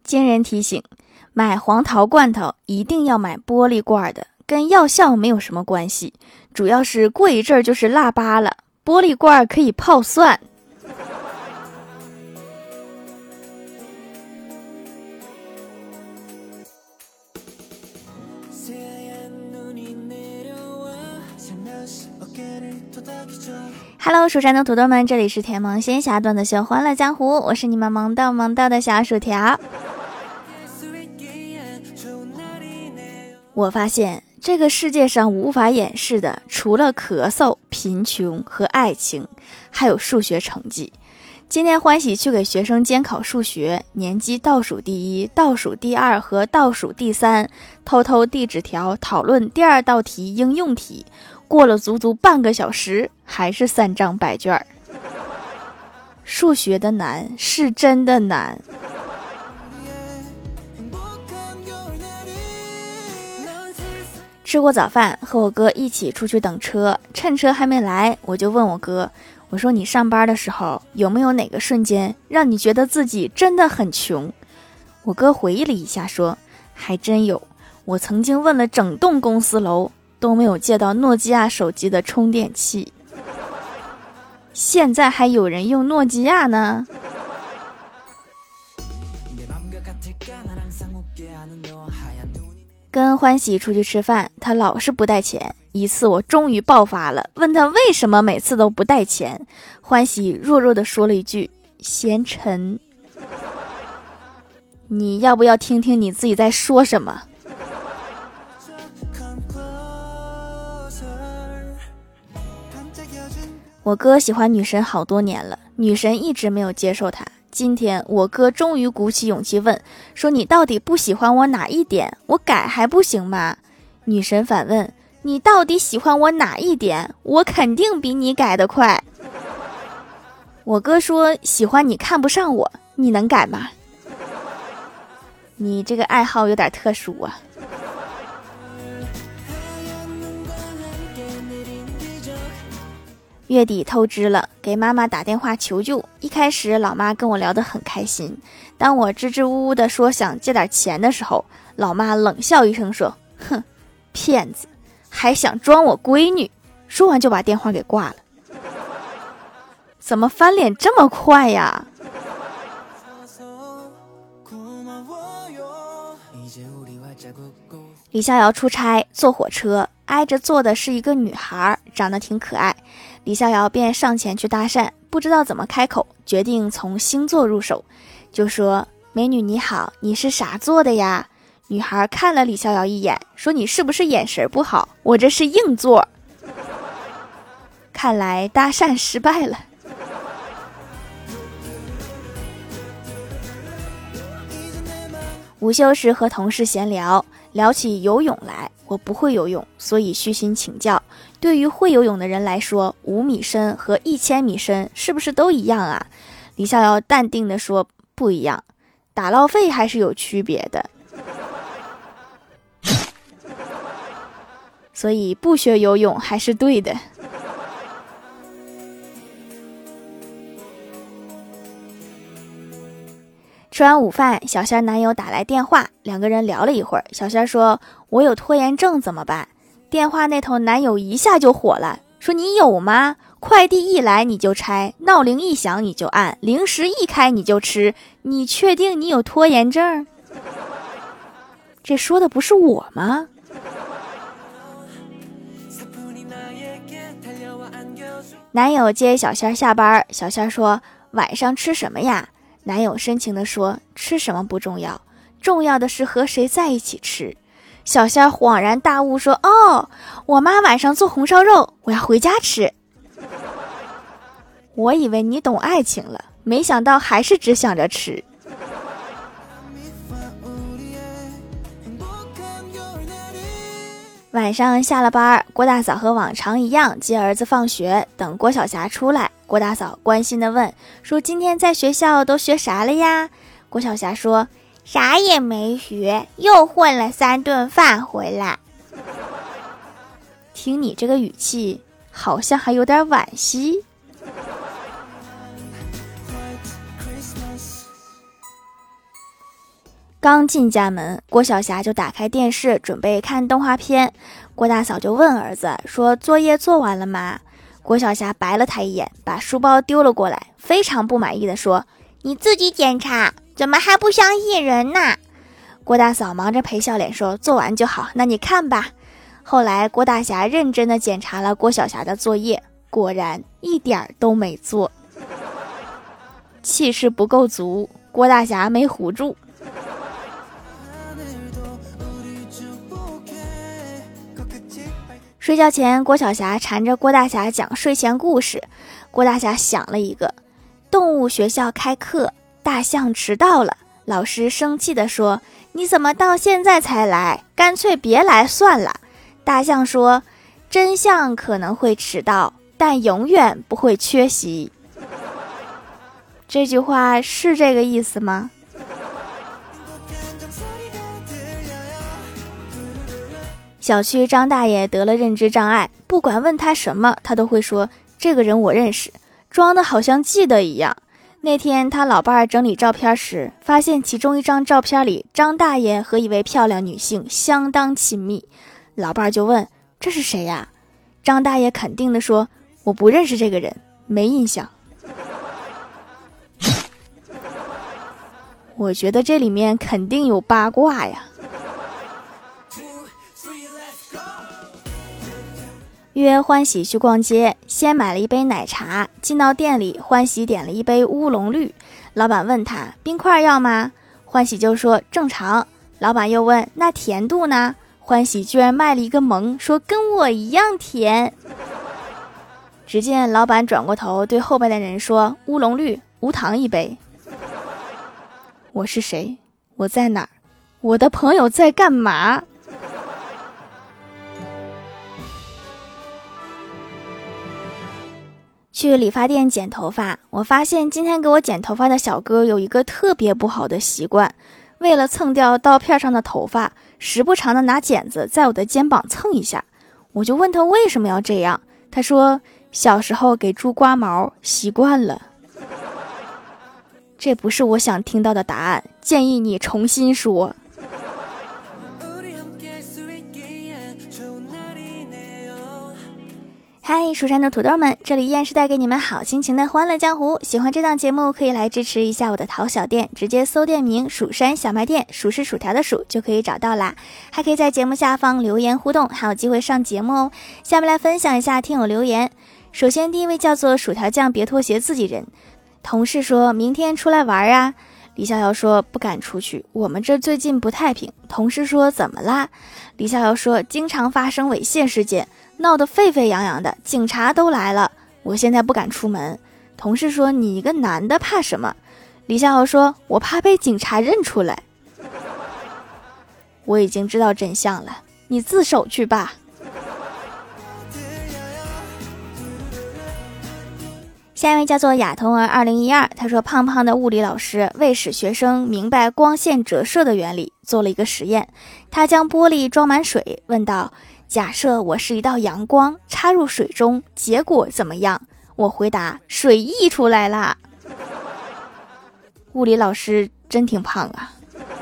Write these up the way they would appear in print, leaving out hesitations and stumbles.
今人提醒，买黄桃罐头一定要买玻璃罐的，跟药效没有什么关系，主要是过一阵儿就是腊八了，玻璃罐可以泡蒜。Hello， 蜀山的土豆们，这里是甜萌仙侠段子秀欢乐江湖，我是你们萌到的小薯条。我发现这个世界上无法掩饰的，除了咳嗽、贫穷和爱情，还有数学成绩。今天欢喜去给学生监考数学，年级倒数第一、倒数第二和倒数第三，偷偷递纸条讨论第二道题应用题，过了足足半个小时，还是3张白卷。数学的难是真的难。吃过早饭，和我哥一起出去等车，趁车还没来，我就问我哥，我说你上班的时候有没有哪个瞬间让你觉得自己真的很穷？我哥回忆了一下说，还真有，我曾经问了整栋公司楼都没有借到诺基亚手机的充电器，现在还有人用诺基亚呢。跟欢喜出去吃饭，他老是不带钱。一次我终于爆发了，问他为什么每次都不带钱。欢喜弱弱地说了一句，嫌沉。你要不要听听你自己在说什么？我哥喜欢女神好多年了，女神一直没有接受他。今天我哥终于鼓起勇气问，说你到底不喜欢我哪一点？我改还不行吗？女神反问，你到底喜欢我哪一点？我肯定比你改得快。我哥说，喜欢你看不上我，你能改吗？你这个爱好有点特殊啊。月底透支了，给妈妈打电话求救。一开始老妈跟我聊得很开心，当我支支吾吾地说想借点钱的时候，老妈冷笑一声说，哼，骗子，还想装我闺女。说完就把电话给挂了。怎么翻脸这么快呀？李逍遥出差坐火车，挨着坐的是一个女孩，长得挺可爱。李逍遥便上前去搭讪，不知道怎么开口，决定从星座入手，就说，美女你好，你是啥座的呀？女孩看了李逍遥一眼，说，你是不是眼神不好？我这是硬座。看来搭讪失败了。午休时和同事闲聊，聊起游泳来，我不会游泳，所以虚心请教。对于会游泳的人来说，5米深和1000米深是不是都一样啊？李逍遥淡定地说，不一样，打捞费还是有区别的。所以不学游泳还是对的。吃完午饭，小仙男友打来电话，两个人聊了一会儿。小仙说，我有拖延症怎么办？电话那头男友一下就火了，说，你有吗？快递一来你就拆，闹铃一响你就按，零食一开你就吃，你确定你有拖延症？这说的不是我吗？男友接小仙下班，小仙说，晚上吃什么呀？男友深情地说，吃什么不重要，重要的是和谁在一起吃。小仙恍然大悟说，哦，我妈晚上做红烧肉，我要回家吃。我以为你懂爱情了，没想到还是只想着吃。晚上下了班，郭大嫂和往常一样接儿子放学，等郭晓霞出来，郭大嫂关心地问，说，今天在学校都学啥了呀？郭晓霞说，啥也没学，又混了3顿饭回来。听你这个语气，好像还有点惋惜。 刚进家门，郭晓霞就打开电视准备看动画片。郭大嫂就问儿子说：“作业做完了吗？”郭晓霞白了他一眼，把书包丢了过来，非常不满意的说：“你自己检查，怎么还不相信人呢？”郭大嫂忙着陪笑脸说：“做完就好，那你看吧。”后来郭大侠认真的检查了郭晓霞的作业，果然一点都没做。气势不够足，郭大侠没唬住。睡觉前，郭晓霞缠着郭大侠讲睡前故事。郭大侠想了一个：动物学校开课，大象迟到了，老师生气地说：“你怎么到现在才来？干脆别来算了。”大象说：“真相可能会迟到，但永远不会缺席。”这句话是这个意思吗？小区张大爷得了认知障碍，不管问他什么，他都会说：“这个人我认识”，装的好像记得一样。那天他老伴儿整理照片时，发现其中一张照片里张大爷和一位漂亮女性相当亲密。老伴儿就问：“这是谁呀？”张大爷肯定地说：“我不认识这个人，没印象。”我觉得这里面肯定有八卦呀。约欢喜去逛街，先买了一杯奶茶，进到店里，欢喜点了一杯乌龙绿。老板问他：“冰块要吗？”欢喜就说：“正常。”老板又问：“那甜度呢？”欢喜居然卖了一个萌，说：“跟我一样甜。”只见老板转过头对后边的人说：“乌龙绿，无糖一杯。”我是谁？我在哪儿？我的朋友在干嘛？去理发店剪头发，我发现今天给我剪头发的小哥有一个特别不好的习惯，为了蹭掉刀片上的头发，时不常的拿剪子在我的肩膀蹭一下。我就问他为什么要这样，他说小时候给猪刮毛习惯了。这不是我想听到的答案，建议你重新说。嗨，蜀山的土豆们，这里依然是带给你们好心情的欢乐江湖。喜欢这档节目可以来支持一下我的淘小店，直接搜店名蜀山小卖店，蜀是薯条的蜀就可以找到啦。还可以在节目下方留言互动，还有机会上节目哦。下面来分享一下听友留言。首先第一位叫做薯条酱别拖鞋自己人，同事说明天出来玩啊，李逍遥说不敢出去，我们这最近不太平。同事说怎么啦？李逍遥说经常发生猥亵事件，闹得沸沸扬扬的，警察都来了，我现在不敢出门。同事说你一个男的怕什么？李逍遥说我怕被警察认出来。我已经知道真相了，你自首去吧。下一位叫做亚童儿2012，他说胖胖的物理老师为使学生明白光线折射的原理，做了一个实验。他将玻璃装满水，问道：假设我是一道阳光插入水中，结果怎么样？我回答：水溢出来啦。物理老师真挺胖啊。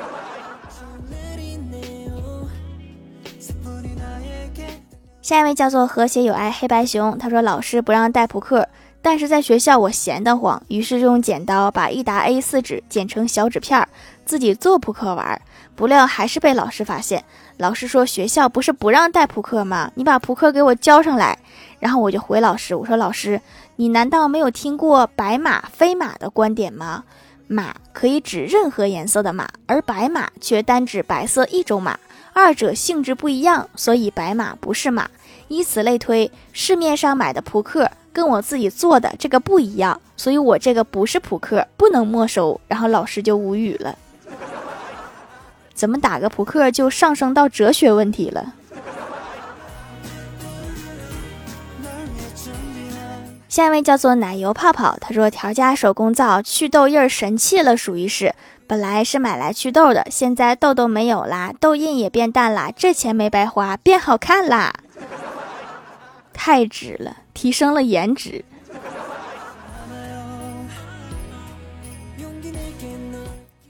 下一位叫做和谐有爱黑白熊，他说老师不让带扑克，但是在学校我闲得慌，于是用剪刀把一沓 A4 纸剪成小纸片，自己做扑克玩，不料还是被老师发现。老师说学校不是不让带扑克吗？你把扑克给我交上来。然后我就回老师，我说老师，你难道没有听过白马非马的观点吗？马可以指任何颜色的马，而白马却单指白色一种马，二者性质不一样，所以白马不是马。以此类推，市面上买的扑克跟我自己做的这个不一样，所以我这个不是扑克，不能没收。然后老师就无语了，怎么打个扑克就上升到哲学问题了？下一位叫做奶油泡泡，他说调家手工皂祛痘印神器了，属于是本来是买来祛痘的，现在痘痘没有啦，痘印也变淡啦，这钱没白花，变好看啦，太值了，提升了颜值。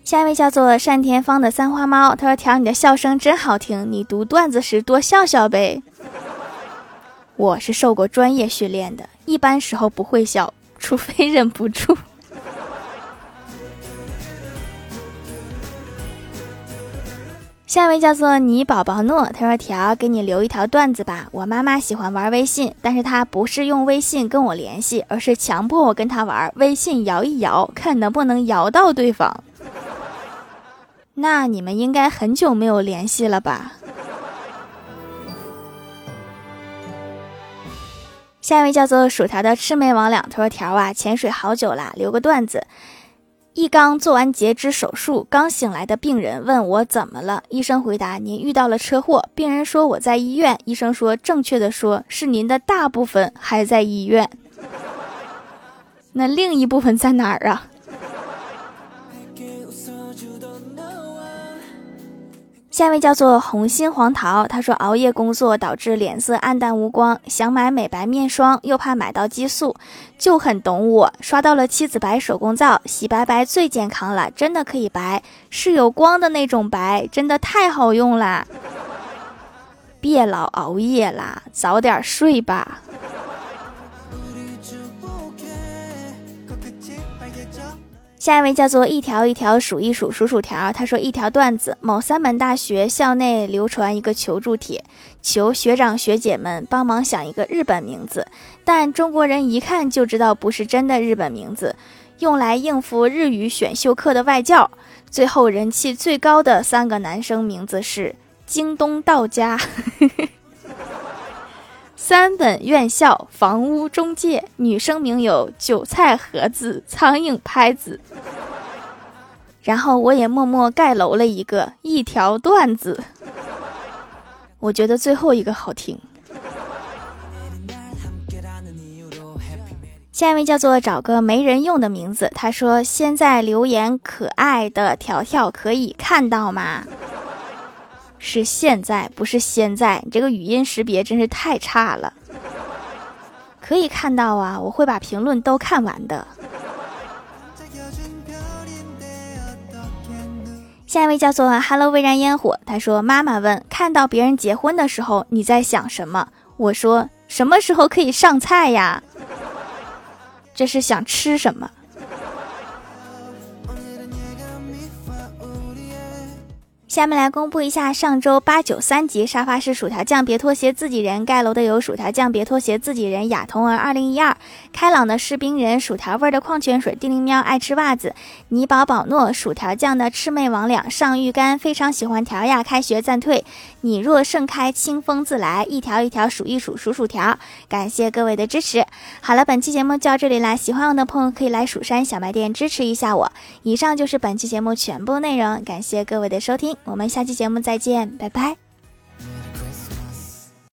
下一位叫做单田芳的三花猫，他说条你的笑声真好听，你读段子时多笑笑呗。我是受过专业训练的，一般时候不会笑，除非忍不住。下一位叫做你宝宝诺，他说条给你留一条段子吧，我妈妈喜欢玩微信，但是她不是用微信跟我联系，而是强迫我跟她玩微信摇一摇，看能不能摇到对方。那你们应该很久没有联系了吧。下一位叫做薯条的魑魅魍魉，他说条啊，潜水好久啦，留个段子。一刚做完截肢手术，刚醒来的病人问我怎么了，医生回答您遇到了车祸，病人说我在医院，医生说正确的说是您的大部分还在医院。那另一部分在哪儿啊？下一位叫做红心黄桃，他说熬夜工作导致脸色暗淡无光，想买美白面霜又怕买到激素，就很懂我，刷到了妻子白手工皂，洗白白最健康了，真的可以白，是有光的那种白，真的太好用啦。别老熬夜啦，早点睡吧。下一位叫做一条一条数一数数数条，他说一条段子，某三本大学校内流传一个求助帖，求学长学姐们帮忙想一个日本名字，但中国人一看就知道不是真的日本名字，用来应付日语选修课的外教。最后人气最高的三个男生名字是京东到家三本院校房屋中介，女生名有韭菜盒子苍蝇拍子。然后我也默默盖楼了一条段子，我觉得最后一个好听。下一位叫做找个没人用的名字，他说现在留言可爱的条条可以看到吗？是现在不是现在，你这个语音识别真是太差了。可以看到啊，我会把评论都看完的。下一位叫做 Hello 微燃烟火，他说妈妈问看到别人结婚的时候你在想什么，我说什么时候可以上菜呀？这是想吃什么？下面来公布一下上周8、9、3集沙发是薯条酱别拖鞋自己人，盖楼的有薯条酱别拖鞋自己人，亚童儿2012，开朗的士兵人，薯条味的矿泉水，地灵喵爱吃袜子，尼宝宝诺，薯条酱的魑魅魍魉，上玉干非常喜欢条呀，开学暂退，你若盛开清风自来，一条一条数一数数薯条。感谢各位的支持。好了，本期节目就到这里啦，喜欢我的朋友可以来蜀山小卖店支持一下我。以上就是本期节目全部内容，感谢各位的收听，我们下期节目再见，拜拜。